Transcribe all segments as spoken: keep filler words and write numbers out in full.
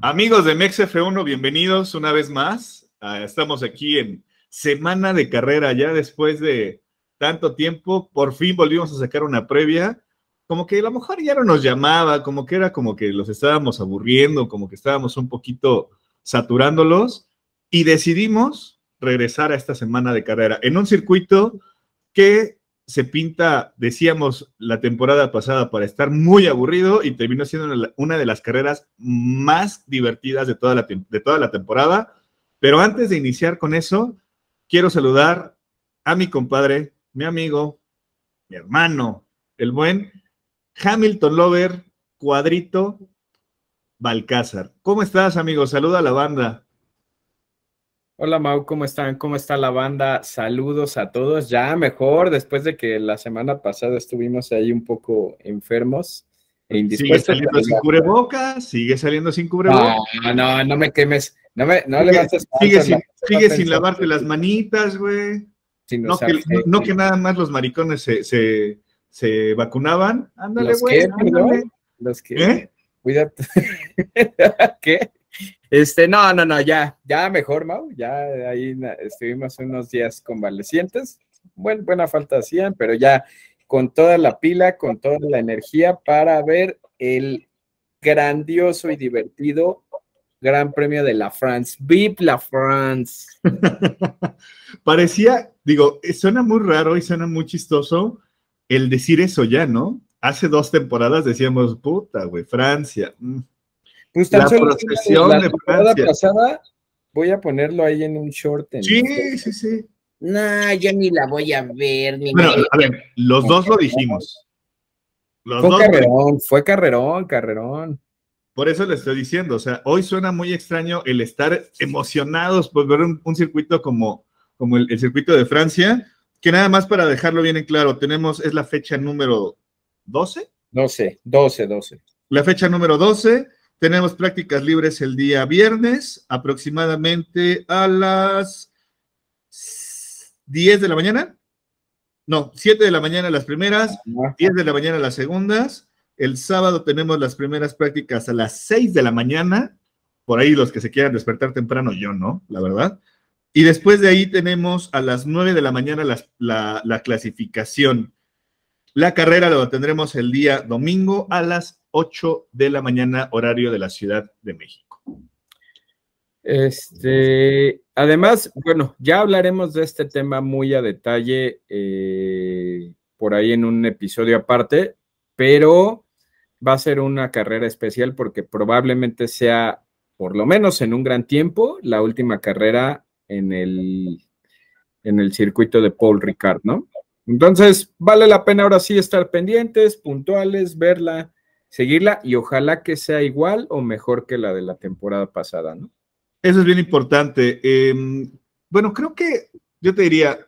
Amigos de Mex F uno, bienvenidos una vez más. Uh, estamos aquí en semana de carrera, ya después de tanto tiempo, por fin volvimos a sacar una previa. Como que a lo mejor ya no nos llamaba, como que era como que los estábamos aburriendo, como que estábamos un poquito saturándolos, y decidimos regresar a esta semana de carrera en un circuito que se pinta, decíamos la temporada pasada, para estar muy aburrido, y terminó siendo una de las carreras más divertidas de toda la, de toda la temporada. Pero antes de iniciar con eso, quiero saludar a mi compadre, mi amigo, mi hermano, el buen Hamilton Lover Cuadrito Balcázar. ¿Cómo estás, amigo? Saluda a la banda. Hola, Mau, ¿cómo están? ¿Cómo está la banda? Saludos a todos. Ya mejor, después de que la semana pasada estuvimos ahí un poco enfermos e indispuestos. Sigue saliendo sin cubrebocas, sigue saliendo sin cubrebocas. No, no, no me quemes. No me, no sigue, levantes. Sigue, sin, sigue sin lavarte las manitas, güey. Si no, que, no, no que nada más los maricones se, se, se vacunaban. Ándale, güey. Ándale. Los que, ¿eh? Cuídate. ¿Qué? Este, no, no, no, ya, ya mejor, Mau, ya ahí estuvimos unos días convalecientes, bueno, buena falta hacían, pero ya con toda la pila, con toda la energía para ver el grandioso y divertido Gran Premio de la France. ¡Vive la France! Parecía, digo, suena muy raro y suena muy chistoso el decir eso ya, ¿no? Hace dos temporadas decíamos, puta, güey, Francia, mm. Pues la procesión la de Francia. Pasada, voy a ponerlo ahí en un short. En sí, el... sí, sí. No, yo ni la voy a ver. Ni bueno, me... a ver, los dos lo dijimos. Los fue dos carrerón, lo... fue carrerón, carrerón. Por eso le estoy diciendo, o sea, hoy suena muy extraño el estar emocionados por ver un, un circuito como, como el, el circuito de Francia, que nada más para dejarlo bien en claro, tenemos, es la fecha número doce. doce, doce, doce. La fecha número doce. Tenemos prácticas libres el día viernes, aproximadamente a las diez de la mañana. No, siete de la mañana las primeras, diez de la mañana las segundas. El sábado tenemos las primeras prácticas a las seis de la mañana. Por ahí los que se quieran despertar temprano, yo no, la verdad. Y después de ahí tenemos a las nueve de la mañana las, la, la clasificación. La carrera lo tendremos el día domingo a las ocho de la mañana, horario de la Ciudad de México. Este, además, bueno, ya hablaremos de este tema muy a detalle eh, por ahí en un episodio aparte, pero va a ser una carrera especial porque probablemente sea, por lo menos en un gran tiempo, la última carrera en el, en el circuito de Paul Ricard, ¿no? Entonces, vale la pena ahora sí estar pendientes, puntuales, verla, seguirla, y ojalá que sea igual o mejor que la de la temporada pasada, ¿no? Eso es bien importante. Eh, bueno, creo que yo te diría,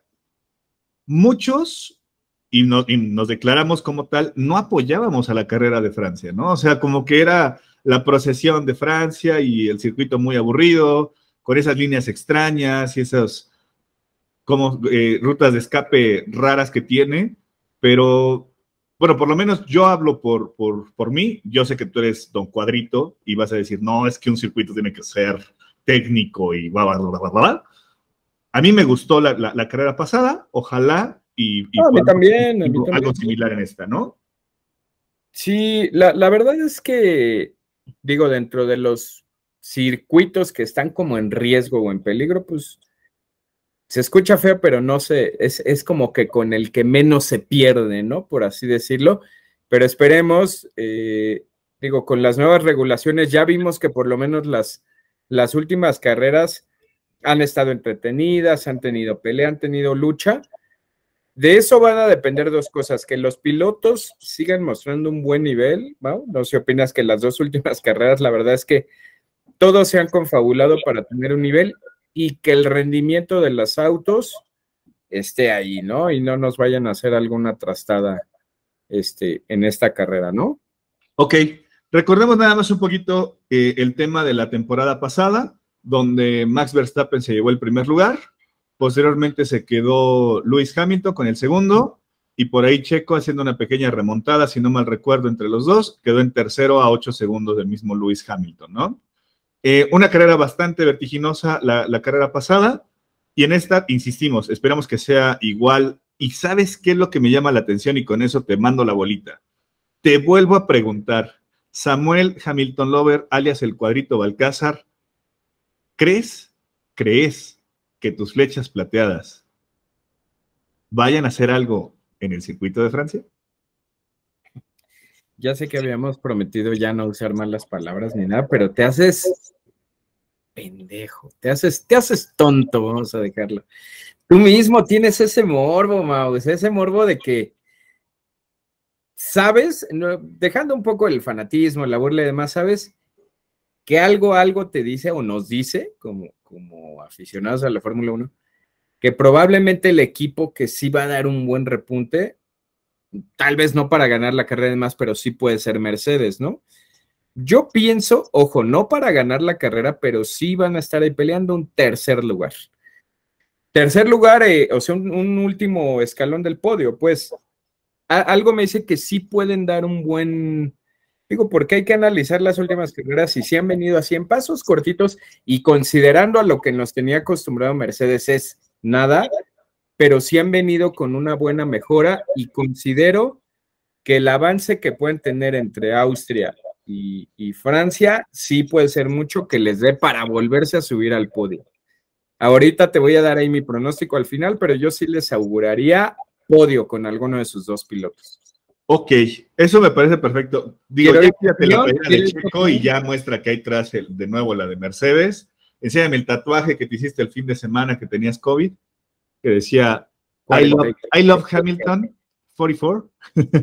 muchos, y, no, y nos declaramos como tal, no apoyábamos a la carrera de Francia, ¿no? O sea, como que era la procesión de Francia y el circuito muy aburrido, con esas líneas extrañas y esas como eh, rutas de escape raras que tiene, pero bueno, por lo menos yo hablo por, por, por mí. Yo sé que tú eres don Cuadrito y vas a decir, no, es que un circuito tiene que ser técnico y bla, bla, bla, bla, bla. A mí me gustó la, la, la carrera pasada, ojalá y, y no, a mí también, a mí también. Algo similar en esta, ¿no? Sí, la, la verdad es que, digo, dentro de los circuitos que están como en riesgo o en peligro, pues se escucha feo, pero no sé, es, es como que con el que menos se pierde, ¿no? Por así decirlo, pero esperemos, eh, digo, con las nuevas regulaciones ya vimos que por lo menos las, las últimas carreras han estado entretenidas, han tenido pelea, han tenido lucha. De eso van a depender dos cosas, que los pilotos sigan mostrando un buen nivel, ¿no? No sé si opinas que las dos últimas carreras, la verdad es que todos se han confabulado para tener un nivel y que el rendimiento de los autos esté ahí, ¿no? Y no nos vayan a hacer alguna trastada este, en esta carrera, ¿no? Ok, recordemos nada más un poquito eh, el tema de la temporada pasada, donde Max Verstappen se llevó el primer lugar, posteriormente se quedó Lewis Hamilton con el segundo, y por ahí Checo haciendo una pequeña remontada, si no mal recuerdo, entre los dos, quedó en tercero a ocho segundos del mismo Lewis Hamilton, ¿no? Eh, una carrera bastante vertiginosa la, la carrera pasada, y en esta, insistimos, esperamos que sea igual. ¿Y sabes qué es lo que me llama la atención? Y con eso te mando la bolita. Te vuelvo a preguntar, Samuel Hamilton Lover, alias el Cuadrito Balcázar, ¿crees, crees que tus flechas plateadas vayan a hacer algo en el circuito de Francia? Ya sé que habíamos prometido ya no usar más las palabras ni nada, pero te haces pendejo, te haces, te haces tonto, vamos a dejarlo. Tú mismo tienes ese morbo, Maus, ese morbo de que sabes, no, dejando un poco el fanatismo, la burla y demás, sabes que algo, algo te dice o nos dice, como, como aficionados a la Fórmula uno, que probablemente el equipo que sí va a dar un buen repunte, tal vez no para ganar la carrera de más, pero sí puede ser Mercedes, ¿no? Yo pienso, ojo, no para ganar la carrera, pero sí van a estar ahí peleando un tercer lugar. Tercer lugar, eh, o sea, un, un último escalón del podio, pues a, algo me dice que sí pueden dar un buen, digo, porque hay que analizar las últimas carreras y si han venido así en pasos cortitos y considerando a lo que nos tenía acostumbrado Mercedes es nada, pero sí han venido con una buena mejora y considero que el avance que pueden tener entre Austria y, y Francia sí puede ser mucho que les dé para volverse a subir al podio. Ahorita te voy a dar ahí mi pronóstico al final, pero yo sí les auguraría podio con alguno de sus dos pilotos. Ok, eso me parece perfecto. Digo, ya quítate la playera de Checo y ya muestra que hay tras el, de nuevo la de Mercedes. Enséñame el tatuaje que te hiciste el fin de semana que tenías COVID, que decía I love, I love Hamilton cuarenta y cuatro.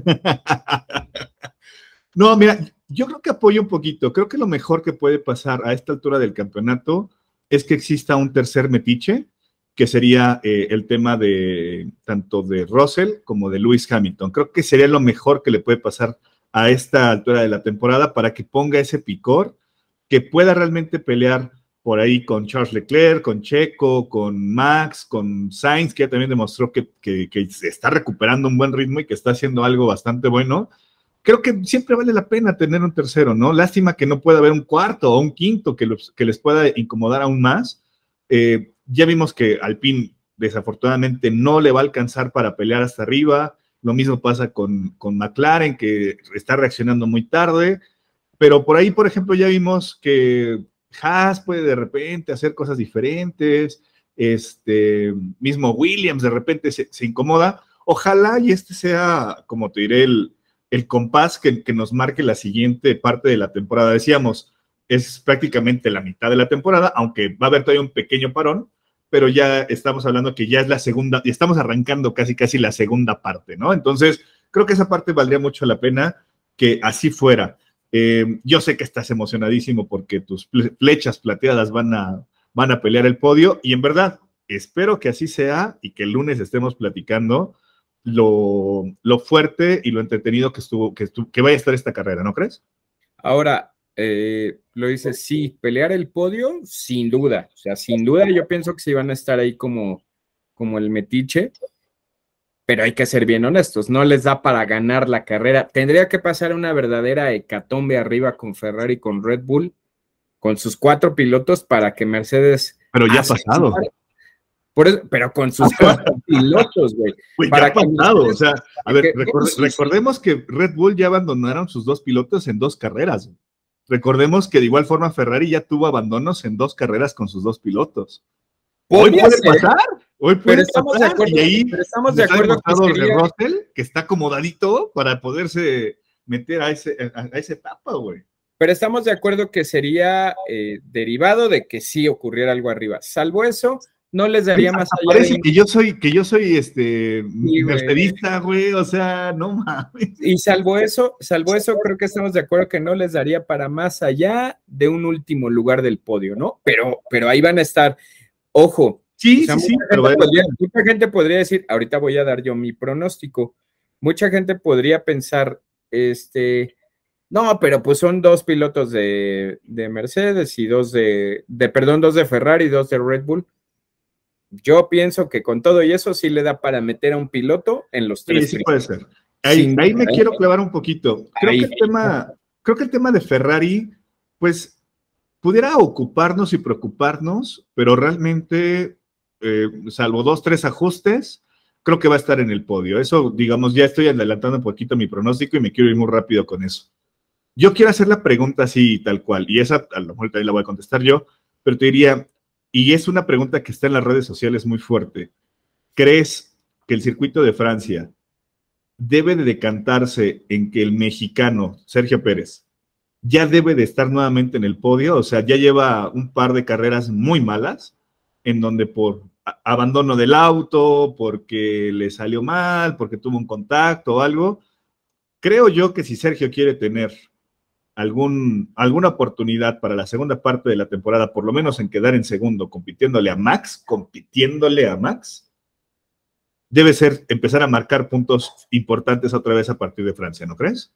No, mira, yo creo que apoyo un poquito. Creo que lo mejor que puede pasar a esta altura del campeonato es que exista un tercer metiche, que sería eh, el tema de tanto de Russell como de Lewis Hamilton. Creo que sería lo mejor que le puede pasar a esta altura de la temporada para que ponga ese picor, que pueda realmente pelear por ahí con Charles Leclerc, con Checo, con Max, con Sainz, que ya también demostró que, que, que se está recuperando un buen ritmo y que está haciendo algo bastante bueno. Creo que siempre vale la pena tener un tercero, ¿no? Lástima que no pueda haber un cuarto o un quinto que, los, que les pueda incomodar aún más. Eh, ya vimos que Alpine desafortunadamente no le va a alcanzar para pelear hasta arriba. Lo mismo pasa con, con McLaren, que está reaccionando muy tarde. Pero por ahí, por ejemplo, ya vimos que Haas puede de repente hacer cosas diferentes. Este mismo Williams de repente se, se incomoda. Ojalá y este sea, como te diré, el, el compás que, que nos marque la siguiente parte de la temporada. Decíamos, es prácticamente la mitad de la temporada, aunque va a haber todavía un pequeño parón, pero ya estamos hablando que ya es la segunda, y estamos arrancando casi casi la segunda parte, ¿no? Entonces, creo que esa parte valdría mucho la pena que así fuera. Eh, yo sé que estás emocionadísimo porque tus flechas plateadas van a, van a pelear el podio, y en verdad, espero que así sea y que el lunes estemos platicando lo, lo fuerte y lo entretenido que estuvo, que estuvo, que vaya a estar esta carrera, ¿no crees? Ahora, eh, lo dice, sí, pelear el podio, sin duda, o sea, sin duda yo pienso que sí van a estar ahí como, como el metiche, pero hay que ser bien honestos, no les da para ganar la carrera, tendría que pasar una verdadera hecatombe arriba con Ferrari y con Red Bull, con sus cuatro pilotos para que Mercedes... Pero ya ha pasado. Por eso, pero con sus cuatro pilotos, güey. Güey, ya ha pasado, o sea, a ver, record, recordemos que Red Bull ya abandonaron sus dos pilotos en dos carreras. Recordemos que de igual forma Ferrari ya tuvo abandonos en dos carreras con sus dos pilotos. Hoy puede ser, pasar, hoy puede pero estamos pasar, de acuerdo, y ahí pero estamos de acuerdo que sería... Russell, que está acomodadito para poderse meter a, ese, a, a esa etapa, güey. Pero estamos de acuerdo que sería eh, derivado de que sí ocurriera algo arriba. Salvo eso, no les daría más allá. Parece de... que yo soy, que yo soy este sí, mercedista, güey, o sea, no mames. Y salvo eso, salvo eso, creo que estamos de acuerdo que no les daría para más allá de un último lugar del podio, ¿no? Pero, pero ahí van a estar, ojo. Sí, o sea, sí, mucha, sí, gente podría, mucha gente podría decir, ahorita voy a dar yo mi pronóstico, mucha gente podría pensar, este, no, pero pues son dos pilotos de, de Mercedes y dos de, de, perdón, dos de Ferrari y dos de Red Bull. Yo pienso que con todo y eso sí le da para meter a un piloto en los tres. Sí, sí puede ser. Ahí, ahí me quiero clavar un poquito. Creo ahí. que el tema, creo que el tema de Ferrari, pues pudiera ocuparnos y preocuparnos, pero realmente, eh, salvo dos, tres ajustes, creo que va a estar en el podio. Eso, digamos, ya estoy adelantando un poquito mi pronóstico y me quiero ir muy rápido con eso. Yo quiero hacer la pregunta así, tal cual, y esa a lo mejor también la voy a contestar yo, pero te diría, y es una pregunta que está en las redes sociales muy fuerte, ¿crees que el circuito de Francia debe de decantarse en que el mexicano, Sergio Pérez, ya debe de estar nuevamente en el podio? O sea, ya lleva un par de carreras muy malas, en donde por abandono del auto, porque le salió mal, porque tuvo un contacto o algo. Creo yo que si Sergio quiere tener algún, alguna oportunidad para la segunda parte de la temporada, por lo menos en quedar en segundo, compitiéndole a Max, compitiéndole a Max, debe ser empezar a marcar puntos importantes otra vez a partir de Francia, ¿no crees?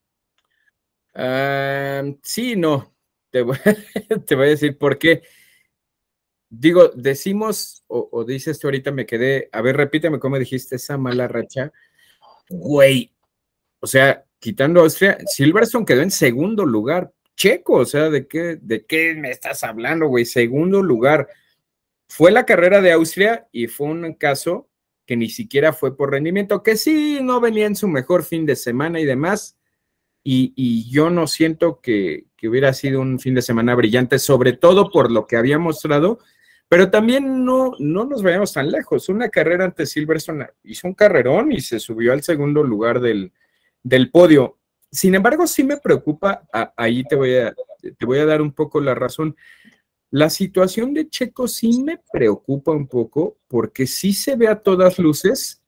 Uh, sí, no. Te voy, te voy a decir por qué. Digo, decimos, o, o dices tú ahorita, me quedé, a ver, repíteme cómo dijiste esa mala racha. Güey, o sea, quitando Austria, Silverstone quedó en segundo lugar. Checo, o sea, ¿de qué, de qué me estás hablando, güey? Segundo lugar. Fue la carrera de Austria y fue un caso que ni siquiera fue por rendimiento, que sí, no venía en su mejor fin de semana y demás, y, y yo no siento que, que hubiera sido un fin de semana brillante, sobre todo por lo que había mostrado, pero también no, no nos vayamos tan lejos. Una carrera ante Silverstone, hizo un carrerón y se subió al segundo lugar del, del podio. Sin embargo, sí me preocupa, a, ahí te voy, a, te voy a dar un poco la razón. La situación de Checo sí me preocupa un poco, porque sí se ve a todas luces,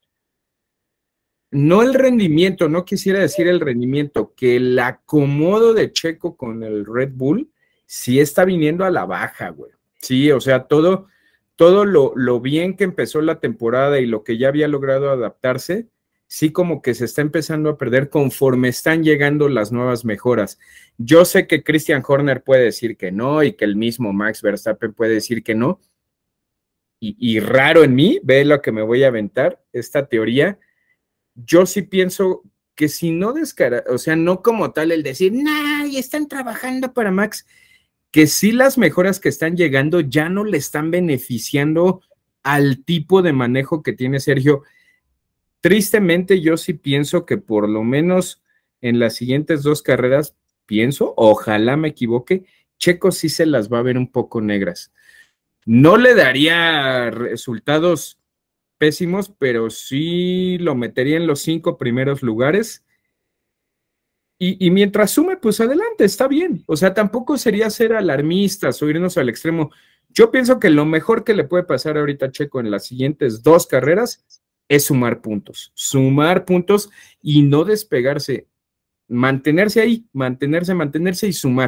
no el rendimiento, no quisiera decir el rendimiento, que el acomodo de Checo con el Red Bull sí está viniendo a la baja, güey. Sí, o sea, todo, todo lo, lo bien que empezó la temporada y lo que ya había logrado adaptarse, sí como que se está empezando a perder conforme están llegando las nuevas mejoras. Yo sé que Christian Horner puede decir que no y que el mismo Max Verstappen puede decir que no, y, y raro en mí, ve lo que me voy a aventar, esta teoría. Yo sí pienso que si no descara, o sea, no como tal el decir, nah, y están trabajando para Max, que sí las mejoras que están llegando ya no le están beneficiando al tipo de manejo que tiene Sergio. Tristemente, yo sí pienso que por lo menos en las siguientes dos carreras, pienso, ojalá me equivoque, Checo sí se las va a ver un poco negras. No le daría resultados pésimos, pero sí lo metería en los cinco primeros lugares. Y, y mientras sume, pues adelante, está bien. O sea, tampoco sería ser alarmistas o irnos al extremo. Yo pienso que lo mejor que le puede pasar ahorita a Checo en las siguientes dos carreras es sumar puntos, sumar puntos y no despegarse, mantenerse ahí, mantenerse, mantenerse y sumar.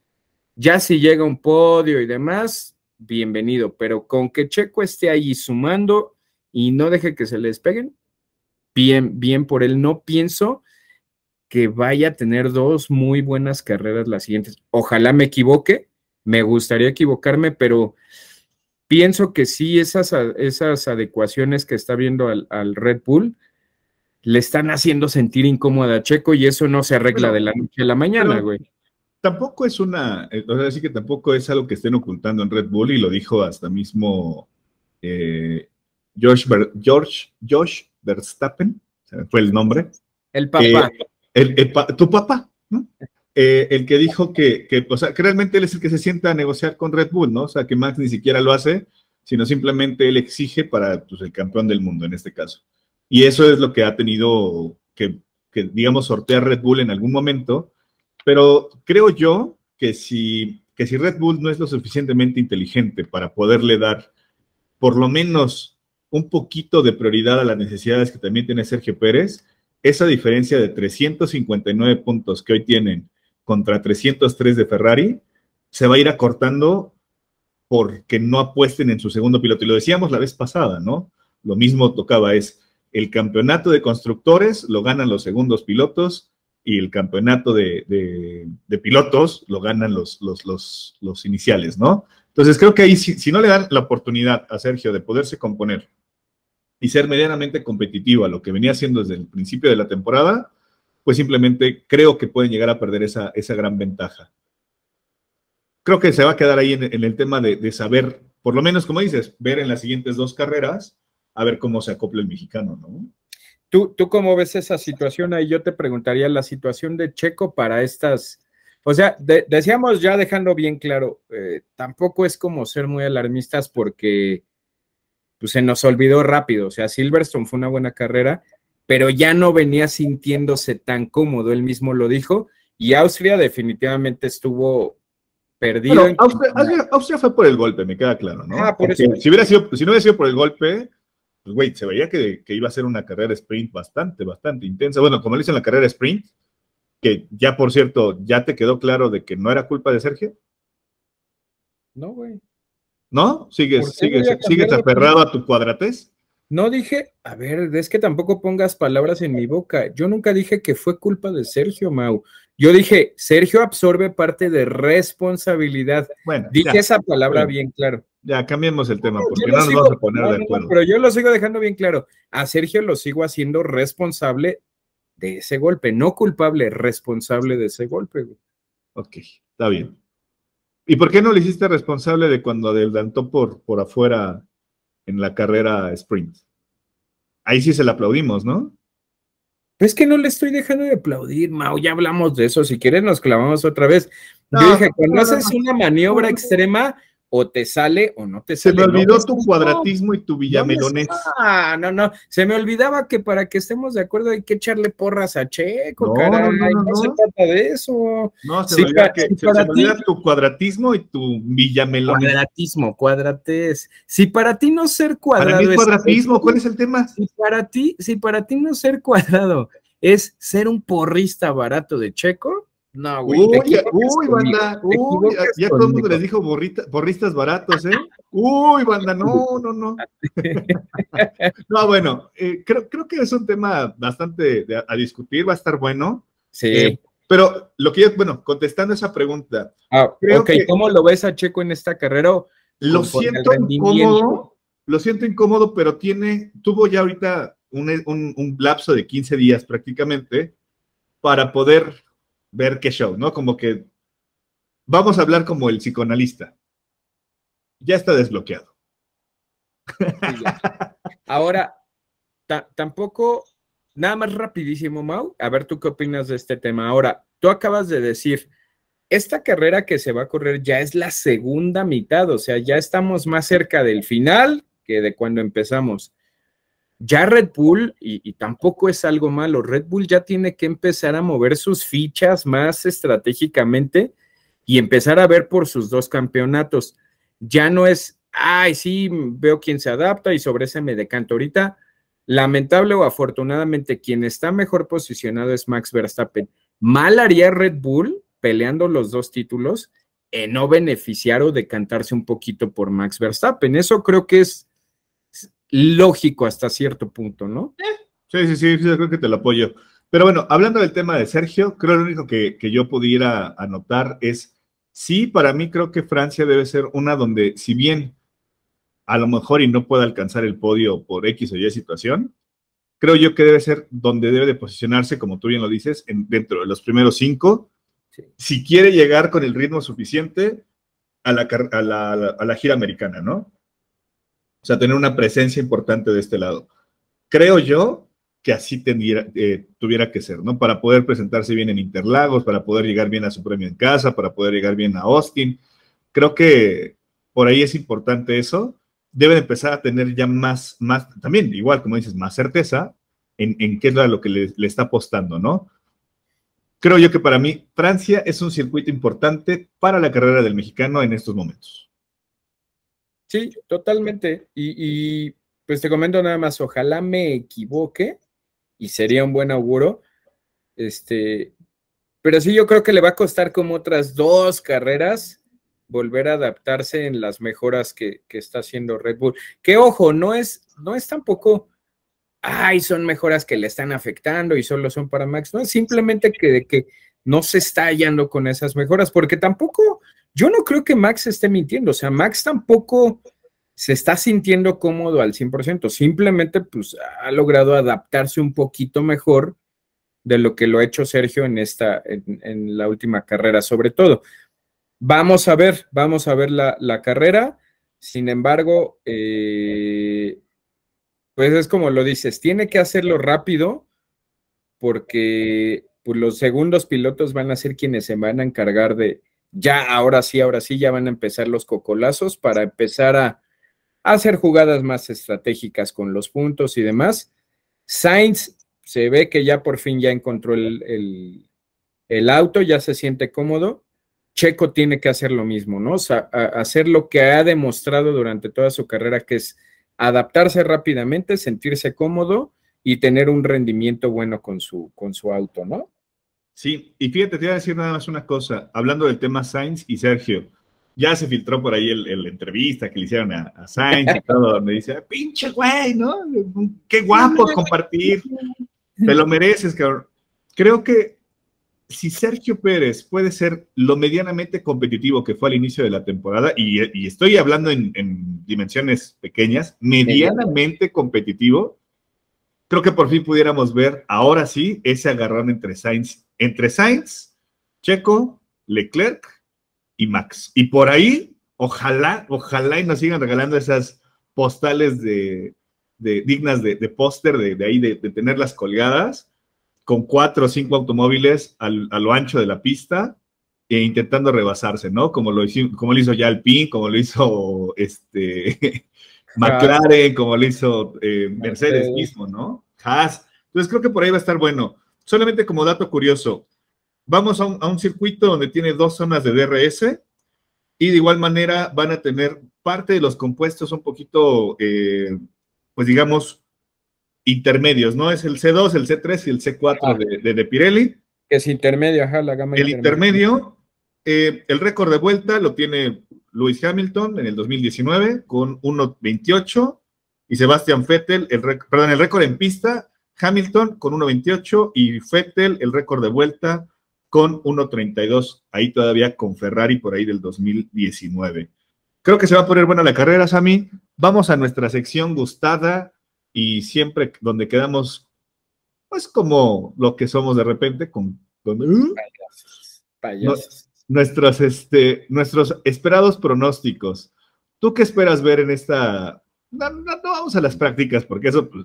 Ya si llega un podio y demás, bienvenido, pero con que Checo esté ahí sumando y no deje que se le despeguen, bien, bien por él. No pienso que vaya a tener dos muy buenas carreras las siguientes. Ojalá me equivoque, me gustaría equivocarme, pero pienso que sí, esas, esas adecuaciones que está viendo al, al Red Bull le están haciendo sentir incómoda a Checo y eso no se arregla bueno, de la noche a la mañana, güey. Tampoco es una, o sea, sí que tampoco es algo que estén ocultando en Red Bull y lo dijo hasta mismo eh, George, Ver, George, George Verstappen, fue el nombre. El papá. Eh, el, el, el, tu papá, ¿no? Eh, el que dijo que, que, o sea, que realmente él es el que se sienta a negociar con Red Bull, ¿no? O sea, que Max ni siquiera lo hace, sino simplemente él exige para pues, el campeón del mundo en este caso. Y eso es lo que ha tenido que, que, digamos, sortear Red Bull en algún momento, pero creo yo que si, que si Red Bull no es lo suficientemente inteligente para poderle dar por lo menos un poquito de prioridad a las necesidades que también tiene Sergio Pérez, esa diferencia de trescientos cincuenta y nueve puntos que hoy tienen contra trescientos tres de Ferrari, se va a ir acortando porque no apuesten en su segundo piloto. Y lo decíamos la vez pasada, ¿no? Lo mismo tocaba, es el campeonato de constructores lo ganan los segundos pilotos y el campeonato de, de, de pilotos lo ganan los, los, los, los iniciales, ¿no? Entonces creo que ahí, si, si no le dan la oportunidad a Sergio de poderse componer y ser medianamente competitivo a lo que venía haciendo desde el principio de la temporada, pues simplemente creo que pueden llegar a perder esa, esa gran ventaja. Creo creo que se va a quedar ahí en, en el tema de, de saber, por lo menos, como dices, ver en las siguientes dos carreras, a ver cómo se acopla el mexicano, ¿no? ¿Tú, tú cómo ves esa situación? Ahí yo te preguntaría la situación de Checo para estas, o sea, de, decíamos ya dejando bien claro, eh, tampoco es como ser muy alarmistas porque pues, se nos olvidó rápido, o sea, Silverstone fue una buena carrera, pero ya no venía sintiéndose tan cómodo, él mismo lo dijo, y Austria definitivamente estuvo perdido. Bueno, en... Austria, Austria, Austria fue por el golpe, me queda claro, ¿no? Ah, por eso. Si, hubiera sido, si no hubiera sido por el golpe, pues, güey, se veía que, que iba a ser una carrera sprint bastante, bastante intensa. Bueno, como le dicen la carrera sprint, que ya, por cierto, ¿ya te quedó claro de que no era culpa de Sergio? No, güey. ¿No? ¿Sigues, sigues, sigues aferrado a tu cuadratez? No dije, a ver, es que tampoco pongas palabras en mi boca. Yo nunca dije que fue culpa de Sergio, Mau. Yo dije, Sergio absorbe parte de responsabilidad. Bueno, dije ya, esa palabra bien, bien claro. Ya, cambiemos el tema, No, porque no no nos sigo, vamos a poner no, de no, acuerdo. Pero yo lo sigo dejando bien claro. A Sergio lo sigo haciendo responsable de ese golpe, no culpable, responsable de ese golpe. Güey. Ok, está bien. ¿Y por qué no le hiciste responsable de cuando adelantó por, por afuera en la carrera sprint? Ahí sí se le aplaudimos, ¿no? Pues que no le estoy dejando de aplaudir, Mau, ya hablamos de eso, si quieres nos clavamos otra vez. No, Yo dije, cuando no, no, haces no. una maniobra extrema, o te sale o no te Se sale. me olvidó no, tu no, cuadratismo y tu villamelonés. Ah, no, no, se me olvidaba que para que estemos de acuerdo hay que echarle porras a Checo, No, caray, no, no, no, no, no. se trata de eso. No, se Sí, me olvida, pa- que, sí, se, para se me olvida ti- tu cuadratismo y tu villamelonés. Cuadratismo, cuadrates. Si para ti no ser Para mí cuadrado es cuadratismo, ¿cuál es el tema? Si para ti, si para ti no ser cuadrado es ser un porrista barato de Checo, no, güey. Uy, te equivocas uy, conmigo, banda, te uy, equivocas ya todo el mundo conmigo. les dijo borrita, porristas baratos, ¿eh? Uy, banda, no, no, no. No, bueno, eh, creo, creo que es un tema bastante de- a discutir, va a estar bueno. Sí. Eh, pero lo que yo, bueno, contestando esa pregunta, Ah, creo ok, que ¿cómo lo ves a Checo en esta carrera? lo Conforme al siento rendimiento. incómodo, lo siento incómodo, pero tiene, tuvo ya ahorita un, un, un lapso de quince días prácticamente para poder ver qué show, ¿no? Como que vamos a hablar como el psicoanalista. Ya está desbloqueado. Sí, ya. Ahora, ta- tampoco, nada más rapidísimo, Mau, a ver tú qué opinas de este tema. Ahora, tú acabas de decir, esta carrera que se va a correr ya es la segunda mitad, o sea, ya estamos más cerca del final que de cuando empezamos. Ya Red Bull, y, y tampoco es algo malo, Red Bull ya tiene que empezar a mover sus fichas más estratégicamente y empezar a ver por sus dos campeonatos. Ya no es, ay, sí, veo quién se adapta y sobre ese me decanto. Ahorita, lamentable o afortunadamente, quien está mejor posicionado es Max Verstappen. Mal haría Red Bull peleando los dos títulos en no beneficiar o decantarse un poquito por Max Verstappen. Eso creo que es lógico hasta cierto punto, ¿no? Sí, sí, sí, sí, creo que te lo apoyo. Pero bueno, hablando del tema de Sergio, creo que lo único que, que yo pudiera anotar es, sí, para mí creo que Francia debe ser una donde, si bien a lo mejor y no puede alcanzar el podio por X o Y situación, creo yo que debe ser donde debe de posicionarse, como tú bien lo dices, en, dentro de los primeros cinco, sí. Si quiere llegar con el ritmo suficiente a la, a la, a la, a la gira americana, ¿no? O sea, tener una presencia importante de este lado. Creo yo que así tendiera, eh, tuviera que ser, ¿no? Para poder presentarse bien en Interlagos, para poder llegar bien a su premio en casa, para poder llegar bien a Austin. Creo que por ahí es importante eso. Deben empezar a tener ya más, más también, igual como dices, más certeza en, en qué es lo que le, le está apostando, ¿no? Creo yo que para mí Francia es un circuito importante para la carrera del mexicano en estos momentos. Sí, totalmente. Y, y pues te comento nada más, ojalá me equivoque y sería un buen auguro. Este, pero sí, yo creo que le va a costar como otras dos carreras volver a adaptarse en las mejoras que, que está haciendo Red Bull. Que ojo, no es, no es tampoco, ay, son mejoras que le están afectando y solo son para Max. No, es simplemente que, que no se está hallando con esas mejoras, porque tampoco, yo no creo que Max esté mintiendo. O sea, Max tampoco se está sintiendo cómodo al cien por ciento. Simplemente, pues, ha logrado adaptarse un poquito mejor de lo que lo ha hecho Sergio en esta, en, en la última carrera, sobre todo. Vamos a ver, vamos a ver la, la carrera. Sin embargo, eh, pues es como lo dices, tiene que hacerlo rápido porque pues, los segundos pilotos van a ser quienes se van a encargar de, ya, ahora sí, ahora sí, ya van a empezar los cocolazos para empezar a, a hacer jugadas más estratégicas con los puntos y demás. Sainz se ve que ya por fin ya encontró el, el, el auto, ya se siente cómodo. Checo tiene que hacer lo mismo, ¿no? O sea, a, hacer lo que ha demostrado durante toda su carrera, que es adaptarse rápidamente, sentirse cómodo y tener un rendimiento bueno con su, con su auto, ¿no? Sí, y fíjate, te iba a decir nada más una cosa, hablando del tema Sainz y Sergio, ya se filtró por ahí el, el entrevista que le hicieron a, a Sainz y todo, donde dice, pinche güey, ¿no? Qué guapo compartir, te lo mereces, cabrón. Creo que si Sergio Pérez puede ser lo medianamente competitivo que fue al inicio de la temporada, y, y estoy hablando en, en dimensiones pequeñas, medianamente competitivo, creo que por fin pudiéramos ver, ahora sí, ese agarrón entre Sainz, entre Sainz, Checo, Leclerc y Max. Y por ahí, ojalá, ojalá y nos sigan regalando esas postales de, de dignas de, de póster, de, de ahí, de, de tenerlas colgadas, con cuatro o cinco automóviles al, a lo ancho de la pista e intentando rebasarse, ¿no? Como lo hizo, como lo hizo ya Alpine, como lo hizo este McLaren, como lo hizo eh, Mercedes mismo, ¿no? Haas. Entonces creo que por ahí va a estar bueno. Solamente como dato curioso, vamos a un, a un circuito donde tiene dos zonas de D R S y de igual manera van a tener parte de los compuestos un poquito, eh, pues digamos, intermedios, ¿no? Es el C dos, el C tres y el C cuatro de, de, de Pirelli. Que es intermedio, ajá, la gama el intermedio. Eh, el récord de vuelta lo tiene Lewis Hamilton en el dos mil diecinueve con uno veintiocho y Sebastian Vettel, el perdón, el récord en pista, Hamilton con uno veintiocho y Vettel el récord de vuelta con uno treinta y dos, ahí todavía con Ferrari por ahí del dos mil diecinueve. Creo que se va a poner buena la carrera, Sammy. Vamos a nuestra sección gustada y siempre donde quedamos, pues como lo que somos de repente, con... con uh, payasos, payasos. No, nuestros, este, nuestros esperados pronósticos. ¿Tú qué esperas ver en esta? No, no, no vamos a las prácticas, porque eso pues,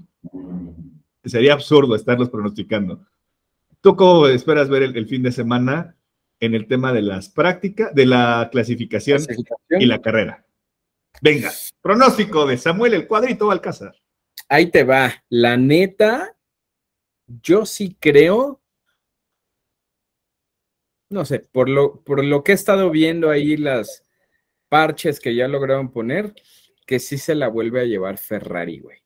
sería absurdo estarlos pronosticando. ¿Tú cómo esperas ver el, el fin de semana en el tema de las prácticas, de la clasificación, clasificación y la carrera? Venga, pronóstico de Samuel el Cuadrito Alcázar. Ahí te va. La neta, yo sí creo, no sé, por lo, por lo que he estado viendo ahí las parches que ya lograron poner, que sí se la vuelve a llevar Ferrari, güey.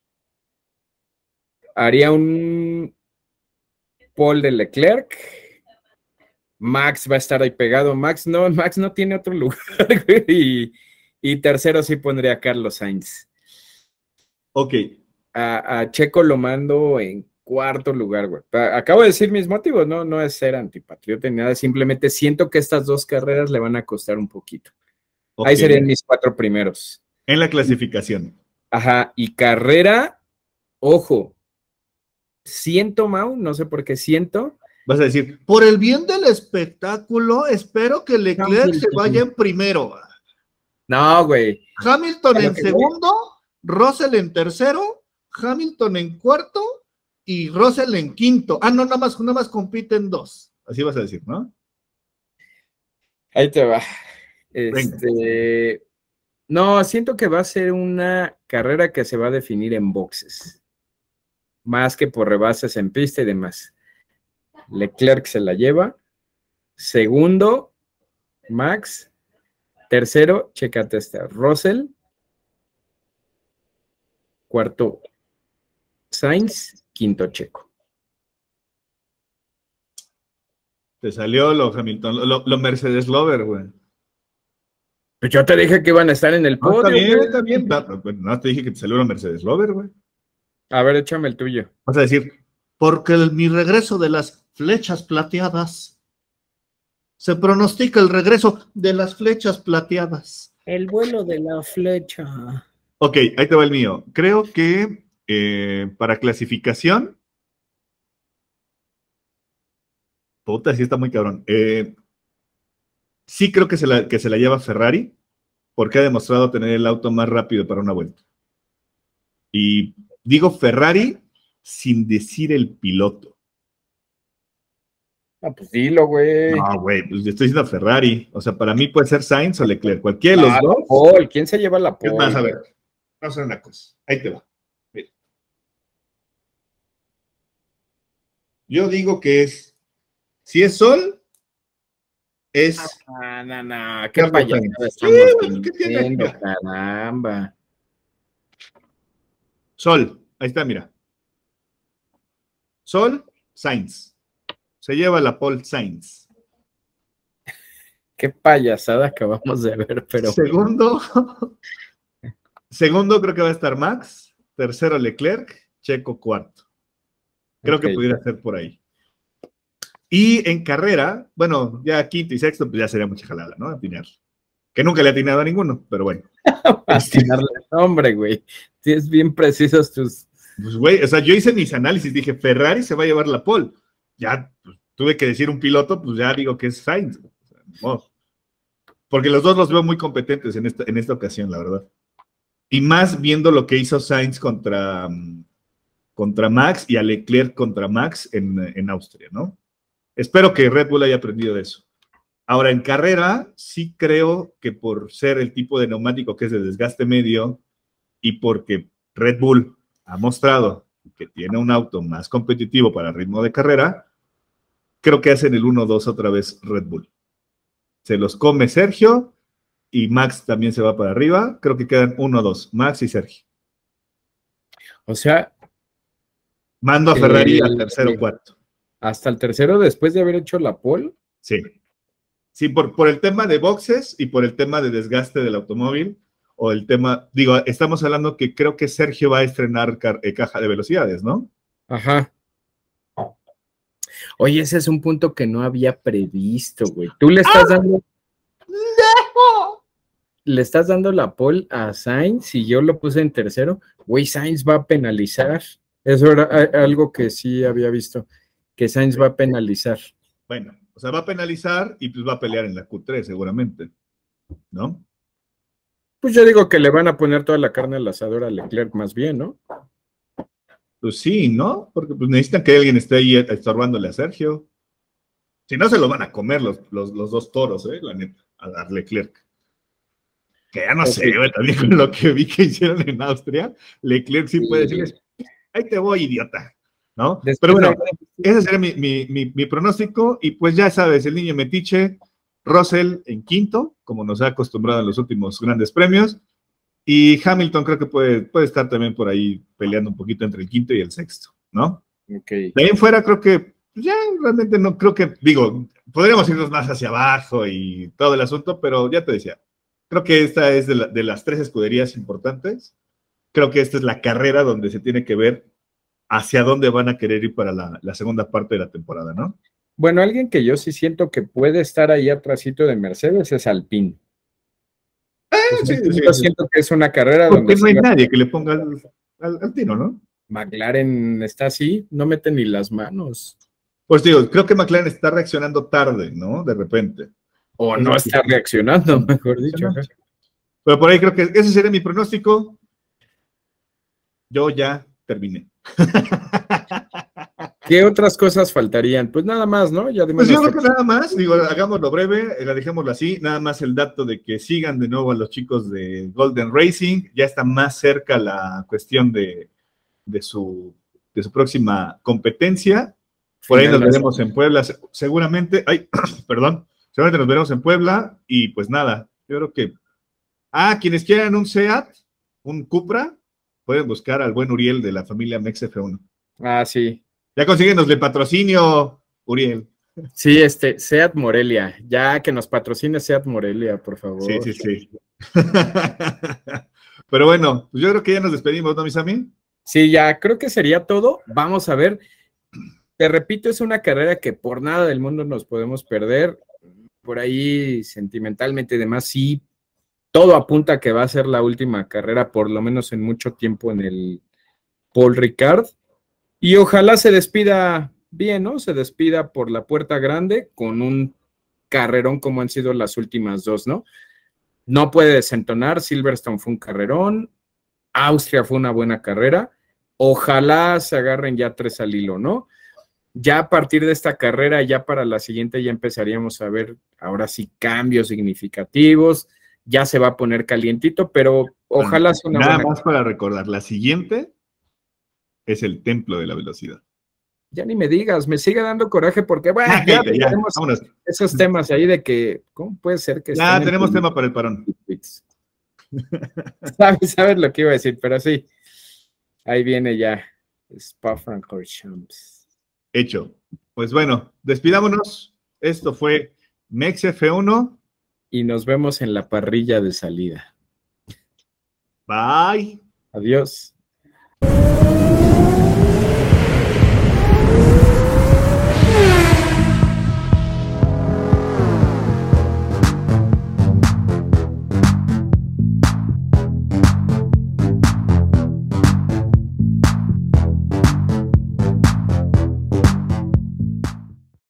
Haría un pole de Leclerc. Max va a estar ahí pegado. Max no, Max no tiene otro lugar, güey. Y, y tercero sí pondría a Carlos Sainz. Ok. A, a Checo lo mando en cuarto lugar, güey. Acabo de decir mis motivos, no, no es ser antipatriota ni nada, simplemente siento que estas dos carreras le van a costar un poquito. Okay. Ahí serían mis cuatro primeros. En la clasificación. Ajá, y carrera, ojo, siento, Mau, no sé por qué siento. Vas a decir, por el bien del espectáculo, espero que Leclerc no, se vaya en primero. No, güey. Hamilton en segundo, voy. Russell en tercero, Hamilton en cuarto y Russell en quinto. Ah, no, nada más, nada más compiten dos. Así vas a decir, ¿no? Ahí te va. Este, Venga. No, siento que va a ser una carrera que se va a definir en boxes, más que por rebases en pista y demás. Leclerc se la lleva. Segundo, Max. Tercero, chécate esta, Russell. Cuarto, Sainz. Quinto, Checo. Te salió lo Hamilton, lo, lo Mercedes Lover, güey. Pues yo te dije que iban a estar en el podio. No, está bien, está bien. No, no, te dije que te salió lo Mercedes Lover, güey. A ver, échame el tuyo. Vas a decir, porque el, mi regreso de las flechas plateadas. Se pronostica el regreso de las flechas plateadas. El vuelo de la flecha. Ok, ahí te va el mío. Creo que eh, para clasificación. Puta, sí está muy cabrón. Eh, sí creo que se, la, que se la lleva Ferrari, porque ha demostrado tener el auto más rápido para una vuelta. Y digo Ferrari sin decir el piloto. Ah, pues dilo, güey. No, güey, pues estoy diciendo Ferrari. O sea, para mí puede ser Sainz o Leclerc. Cualquiera de los Ah, dos. Paul. ¿Quién se lleva la Es pole? más, a ver, vamos a hacer una cosa. Ahí te va. Mira. Yo digo que es, si es Sol, es Ah, no, no, qué Carlos payasada Sainz. estamos Sí, pues, ¿qué tiene? diciendo, Mira. caramba. Sol, ahí está, mira. Sol, Sainz. Se lleva la pole Sainz. Qué payasada acabamos de ver, pero... Segundo, segundo creo que va a estar Max. Tercero, Leclerc. Checo, cuarto. Creo Ok. que pudiera ser por ahí. Y en carrera, bueno, ya quinto y sexto, pues ya sería mucha jalada, ¿no? Atinar. Que nunca le ha atinado a ninguno, pero bueno. Atinarle el nombre, güey. Tienes bien precisos tus... Pues, güey, o sea, yo hice mis análisis, dije, Ferrari se va a llevar la pole. Ya pues, tuve que decir un piloto, pues ya digo que es Sainz. O sea, no. Porque los dos los veo muy competentes en esta, en esta ocasión, la verdad. Y más viendo lo que hizo Sainz contra, contra Max y a Leclerc contra Max en, en Austria, ¿no? Espero que Red Bull haya aprendido de eso. Ahora, en carrera, sí creo que por ser el tipo de neumático que es de desgaste medio y porque Red Bull ha mostrado que tiene un auto más competitivo para ritmo de carrera, creo que hacen el uno dos otra vez Red Bull. Se los come Sergio y Max también se va para arriba. Creo que quedan uno dos, Max y Sergio. O sea... Mando a Ferrari el, al tercero el, cuarto. Hasta el tercero después de haber hecho la pole. Sí. Sí, por, por el tema de boxes y por el tema de desgaste del automóvil, o el tema, digo, estamos hablando que creo que Sergio va a estrenar car, eh, caja de velocidades, ¿no? Ajá. Oye, ese es un punto que no había previsto, güey. Tú le estás ¡Ah! dando... ¡No! Le estás dando la pole a Sainz y yo lo puse en tercero. Güey, Sainz va a penalizar. Eso era algo que sí había visto, que Sainz va a penalizar. Bueno, o sea, va a penalizar y pues va a pelear en la Q tres seguramente, ¿no? Pues yo digo que le van a poner toda la carne al asador a Leclerc más bien, ¿no? Pues sí, ¿no? Porque pues necesitan que alguien esté ahí estorbándole a Sergio. Si no, se lo van a comer los, los, los dos toros, ¿eh? La neta, a dar Leclerc. Que ya no okay. sé, güey, también con lo que vi que hicieron en Austria, Leclerc sí, sí. puede decirles, ahí te voy, idiota, ¿no? Después Pero bueno, de... ese sería mi, mi, mi, mi pronóstico, y pues ya sabes, el niño metiche, Russell en quinto, como nos ha acostumbrado en los últimos grandes premios, y Hamilton creo que puede, puede estar también por ahí peleando un poquito entre el quinto y el sexto, ¿no? Okay. De ahí en fuera creo que, ya realmente no, creo que, digo, podríamos irnos más hacia abajo y todo el asunto, pero ya te decía, creo que esta es de, la, de las tres escuderías importantes. Creo que esta es la carrera donde se tiene que ver hacia dónde van a querer ir para la, la segunda parte de la temporada, ¿no? Bueno, alguien que yo sí siento que puede estar ahí atrásito de Mercedes es Alpine. Eh, o sea, sí, sí, yo sí. siento que es una carrera Porque donde... no hay nadie que le ponga al, al, al tino, ¿no? McLaren está así, no mete ni las manos. Pues digo, creo que McLaren está reaccionando tarde, ¿no? De repente. O no está reaccionando, mejor dicho. Pero por ahí creo que ese sería mi pronóstico. Yo ya terminé. ¿Qué otras cosas faltarían? Pues nada más, ¿no? Ya pues yo creo que nada más, digo, hagámoslo breve, la dejémoslo así, nada más el dato de que sigan de nuevo a los chicos de Golden Racing, ya está más cerca la cuestión de, de, su, de su próxima competencia. Por ahí nos veremos en Puebla, seguramente, ay, perdón, seguramente nos veremos en Puebla, y pues nada, yo creo que, ah, quienes quieran un SEAT, un Cupra, pueden buscar al buen Uriel de la familia Mex F uno. Ah, sí. Ya consíguenos el patrocinio, Uriel. Sí, este, SEAT Morelia, ya que nos patrocine SEAT Morelia, por favor. Sí, sí, sí. Pero bueno, pues yo creo que ya nos despedimos, ¿no, Misami? Sí, ya, creo que sería todo. Vamos a ver. Te repito, es una carrera que por nada del mundo nos podemos perder. Por ahí, sentimentalmente y demás, sí, todo apunta a que va a ser la última carrera, por lo menos en mucho tiempo, en el Paul Ricard. Y ojalá se despida bien, ¿no? Se despida por la puerta grande con un carrerón como han sido las últimas dos, ¿no? No puede desentonar, Silverstone fue un carrerón, Austria fue una buena carrera, ojalá se agarren ya tres al hilo, ¿no? Ya a partir de esta carrera, ya para la siguiente ya empezaríamos a ver ahora sí cambios significativos, ya se va a poner calientito, pero ojalá sea una Nada buena más para recordar, la siguiente es el templo de la velocidad. Ya ni me digas, me sigue dando coraje porque, bueno, Ah, ya, cállate, ya, tenemos vámonos. esos temas ahí de que, ¿cómo puede ser que Ya estén tenemos en tema para el parón. ¿Sabes, sabes lo que iba a decir? Pero sí, ahí viene ya Spa-Francorchamps. Hecho. Pues bueno, despidámonos. Esto fue Mex F uno. Y nos vemos en la parrilla de salida. Bye. Adiós.